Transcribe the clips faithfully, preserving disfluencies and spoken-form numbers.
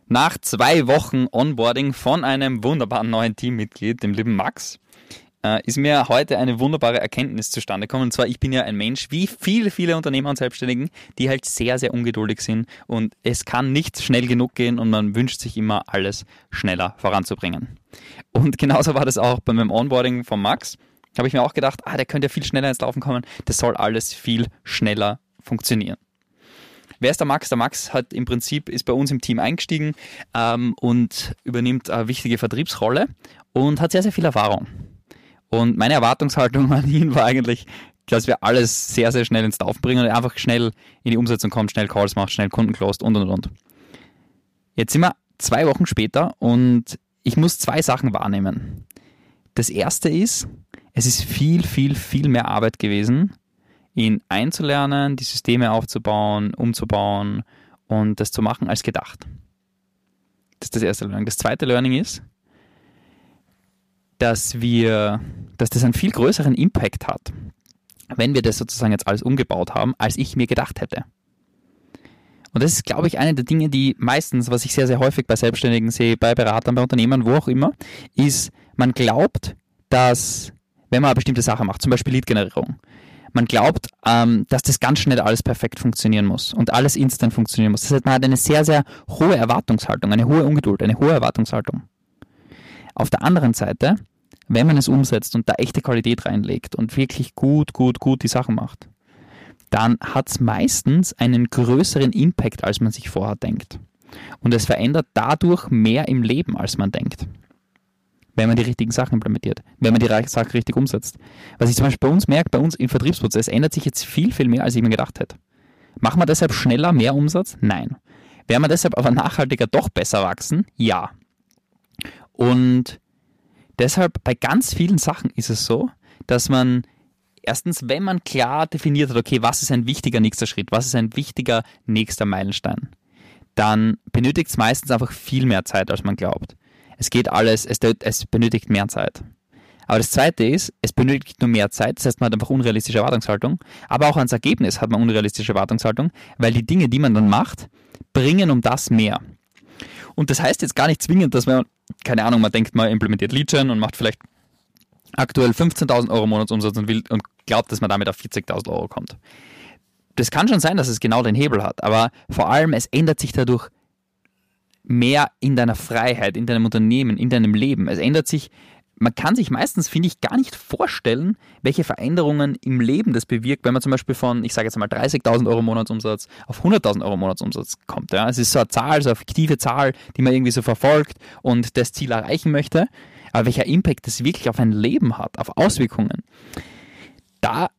Nach zwei Wochen Onboarding von einem wunderbaren neuen Teammitglied, dem lieben Max, äh, ist mir heute eine wunderbare Erkenntnis zustande gekommen. Und zwar, ich bin ja ein Mensch, wie viele, viele Unternehmer und Selbstständigen, die halt sehr, sehr ungeduldig sind. Und es kann nicht schnell genug gehen und man wünscht sich immer, alles schneller voranzubringen. Und genauso war das auch bei meinem Onboarding von Max. Da habe ich mir auch gedacht, ah, der könnte ja viel schneller ins Laufen kommen. Das soll alles viel schneller funktionieren. Wer ist der Max? Der Max hat im Prinzip, ist bei uns im Team eingestiegen ähm, und übernimmt eine wichtige Vertriebsrolle und hat sehr, sehr viel Erfahrung. Und meine Erwartungshaltung an ihn war eigentlich, dass wir alles sehr, sehr schnell ins Laufen bringen und er einfach schnell in die Umsetzung kommt, schnell Calls macht, schnell Kunden closed und, und, und. Jetzt sind wir zwei Wochen später und ich muss zwei Sachen wahrnehmen. Das erste ist, es ist viel, viel, viel mehr Arbeit gewesen, ihn einzulernen, die Systeme aufzubauen, umzubauen und das zu machen als gedacht. Das ist das erste Learning. Das zweite Learning ist, dass wir, dass das einen viel größeren Impact hat, wenn wir das sozusagen jetzt alles umgebaut haben, als ich mir gedacht hätte. Und das ist, glaube ich, eine der Dinge, die meistens, was ich sehr, sehr häufig bei Selbstständigen sehe, bei Beratern, bei Unternehmern, wo auch immer, ist, man glaubt, dass, wenn man eine bestimmte Sache macht, zum Beispiel Lead-Generierung, man glaubt, ähm, dass das ganz schnell alles perfekt funktionieren muss und alles instant funktionieren muss. Das heißt, man hat eine sehr, sehr hohe Erwartungshaltung, eine hohe Ungeduld, eine hohe Erwartungshaltung. Auf der anderen Seite, wenn man es umsetzt und da echte Qualität reinlegt und wirklich gut, gut, gut die Sachen macht, dann hat es meistens einen größeren Impact, als man sich vorher denkt. Und es verändert dadurch mehr im Leben, als man denkt. Wenn man die richtigen Sachen implementiert, wenn man die Sachen richtig umsetzt. Was ich zum Beispiel bei uns merke, bei uns im Vertriebsprozess ändert sich jetzt viel, viel mehr, als ich mir gedacht hätte. Machen wir deshalb schneller mehr Umsatz? Nein. Werden wir deshalb aber nachhaltiger doch besser wachsen? Ja. Und deshalb bei ganz vielen Sachen ist es so, dass man erstens, wenn man klar definiert hat, okay, was ist ein wichtiger nächster Schritt, was ist ein wichtiger nächster Meilenstein, dann benötigt es meistens einfach viel mehr Zeit, als man glaubt. Es geht alles, es, es benötigt mehr Zeit. Aber das Zweite ist, es benötigt nur mehr Zeit, das heißt, man hat einfach unrealistische Erwartungshaltung, aber auch ans Ergebnis hat man unrealistische Erwartungshaltung, weil die Dinge, die man dann macht, bringen um das mehr. Und das heißt jetzt gar nicht zwingend, dass man, keine Ahnung, man denkt, man implementiert Lead-Gen und macht vielleicht aktuell fünfzehntausend Euro Monatsumsatz und, will, und glaubt, dass man damit auf vierzigtausend Euro kommt. Das kann schon sein, dass es genau den Hebel hat, aber vor allem, es ändert sich dadurch mehr in deiner Freiheit, in deinem Unternehmen, in deinem Leben. Es ändert sich, man kann sich meistens, finde ich, gar nicht vorstellen, welche Veränderungen im Leben das bewirkt, wenn man zum Beispiel von, ich sage jetzt mal, dreißigtausend Euro Monatsumsatz auf hunderttausend Euro Monatsumsatz kommt. Ja? Es ist so eine Zahl, so eine fiktive Zahl, die man irgendwie so verfolgt und das Ziel erreichen möchte. Aber welcher Impact das wirklich auf ein Leben hat, auf Auswirkungen, da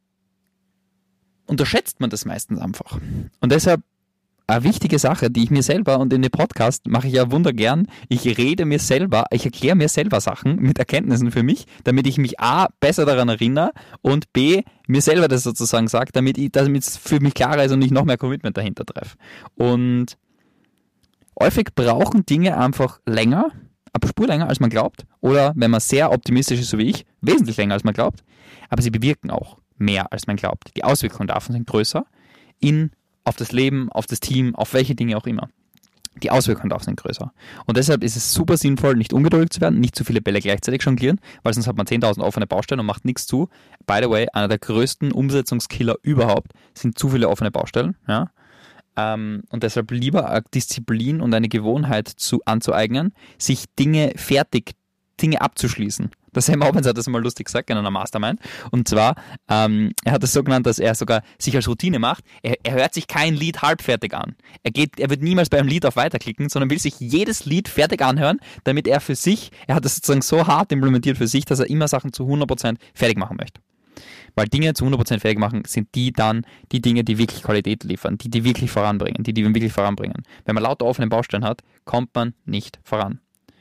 unterschätzt man das meistens einfach. Und deshalb eine wichtige Sache, die ich mir selber, und in dem Podcast mache ich ja wundergern, ich rede mir selber, ich erkläre mir selber Sachen mit Erkenntnissen für mich, damit ich mich A, besser daran erinnere und B, mir selber das sozusagen sage, damit ich, damit es für mich klarer ist und ich noch mehr Commitment dahinter treffe. Und häufig brauchen Dinge einfach länger, eine Spur länger, als man glaubt, oder wenn man sehr optimistisch ist, so wie ich, wesentlich länger, als man glaubt, aber sie bewirken auch mehr, als man glaubt. Die Auswirkungen davon sind größer in auf das Leben, auf das Team, auf welche Dinge auch immer. Die Auswirkungen davon sind größer. Und deshalb ist es super sinnvoll, nicht ungeduldig zu werden, nicht zu viele Bälle gleichzeitig jonglieren, weil sonst hat man zehntausend offene Baustellen und macht nichts zu. By the way, einer der größten Umsetzungskiller überhaupt sind zu viele offene Baustellen. Ja? Ähm, und deshalb lieber eine Disziplin und eine Gewohnheit zu, anzueignen, sich Dinge fertig, Dinge abzuschließen. Der Sam Robbins hat das mal lustig gesagt in einer Mastermind. Und zwar, ähm, er hat es so genannt, dass er sogar sich als Routine macht. Er, er hört sich kein Lied halbfertig an. Er geht, er wird niemals beim Lied auf Weiterklicken, sondern will sich jedes Lied fertig anhören, damit er für sich, er hat das sozusagen so hart implementiert für sich, dass er immer Sachen zu hundert Prozent fertig machen möchte. Weil Dinge zu hundert Prozent fertig machen, sind die dann die Dinge, die wirklich Qualität liefern, die die wirklich voranbringen, die die wirklich voranbringen. Wenn man lauter offene Baustellen hat, kommt man nicht voran.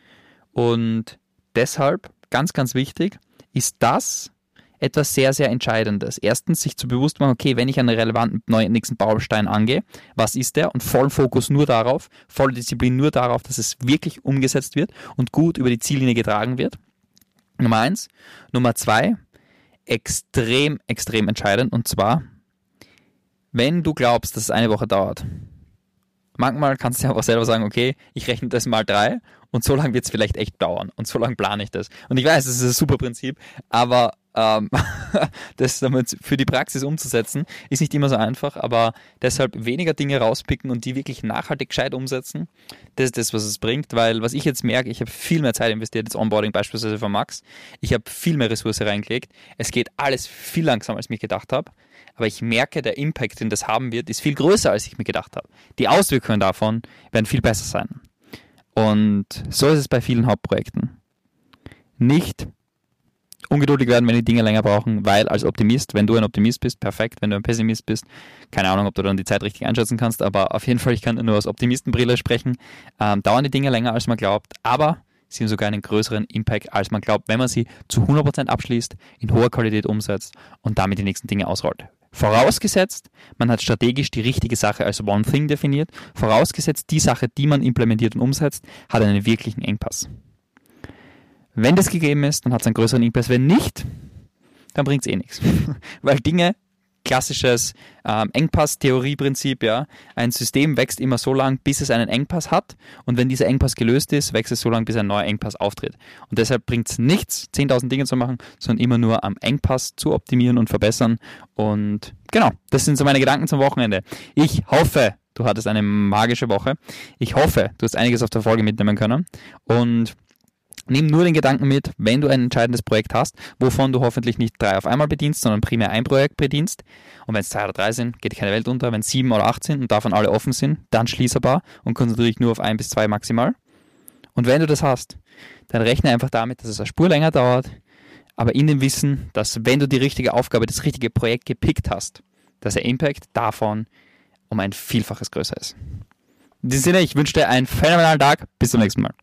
Und deshalb, ganz, ganz wichtig, ist das etwas sehr, sehr Entscheidendes. Erstens, sich zu bewusst machen, okay, wenn ich einen relevanten neuen nächsten Baustein angehe, was ist der? Und vollen Fokus nur darauf, volle Disziplin nur darauf, dass es wirklich umgesetzt wird und gut über die Ziellinie getragen wird. Nummer eins. Nummer zwei, extrem, extrem entscheidend. Und zwar, wenn du glaubst, dass es eine Woche dauert, manchmal kannst du ja einfach selber sagen, okay, ich rechne das mal drei und so lange wird es vielleicht echt dauern und so lange plane ich das. Und ich weiß, das ist ein super Prinzip, aber ähm, das damit für die Praxis umzusetzen, ist nicht immer so einfach, aber deshalb weniger Dinge rauspicken und die wirklich nachhaltig gescheit umsetzen, das ist das, was es bringt, weil was ich jetzt merke, ich habe viel mehr Zeit investiert, jetzt Onboarding beispielsweise von Max, ich habe viel mehr Ressource reingelegt, es geht alles viel langsamer, als ich mir gedacht habe, aber ich merke, der Impact, den das haben wird, ist viel größer, als ich mir gedacht habe. Die Auswirkungen davon werden viel besser sein. Und so ist es bei vielen Hauptprojekten. Nicht ungeduldig werden, wenn die Dinge länger brauchen, weil als Optimist, wenn du ein Optimist bist, perfekt, wenn du ein Pessimist bist, keine Ahnung, ob du dann die Zeit richtig einschätzen kannst, aber auf jeden Fall, ich kann nur aus Optimistenbrille sprechen, ähm, dauern die Dinge länger, als man glaubt, aber sie haben sogar einen größeren Impact, als man glaubt, wenn man sie zu hundert Prozent abschließt, in hoher Qualität umsetzt und damit die nächsten Dinge ausrollt. Vorausgesetzt, man hat strategisch die richtige Sache als One Thing definiert, vorausgesetzt, die Sache, die man implementiert und umsetzt, hat einen wirklichen Engpass. Wenn das gegeben ist, dann hat es einen größeren Engpass. Wenn nicht, dann bringt es eh nichts. Weil Dinge, klassisches ähm, Engpass-Theorie-Prinzip, ja, ein System wächst immer so lang, bis es einen Engpass hat und wenn dieser Engpass gelöst ist, wächst es so lang, bis ein neuer Engpass auftritt. Und deshalb bringt es nichts, zehntausend Dinge zu machen, sondern immer nur am Engpass zu optimieren und verbessern. Und genau, das sind so meine Gedanken zum Wochenende. Ich hoffe, du hattest eine magische Woche. Ich hoffe, du hast einiges auf der Folge mitnehmen können und nimm nur den Gedanken mit, wenn du ein entscheidendes Projekt hast, wovon du hoffentlich nicht drei auf einmal bedienst, sondern primär ein Projekt bedienst. Und wenn es zwei oder drei sind, geht keine Welt unter. Wenn es sieben oder acht sind und davon alle offen sind, dann schließbar und konzentriere dich nur auf ein bis zwei maximal. Und wenn du das hast, dann rechne einfach damit, dass es eine Spur länger dauert, aber in dem Wissen, dass wenn du die richtige Aufgabe, das richtige Projekt gepickt hast, dass der Impact davon um ein Vielfaches größer ist. In diesem Sinne, ich wünsche dir einen phänomenalen Tag. Bis zum nächsten Mal.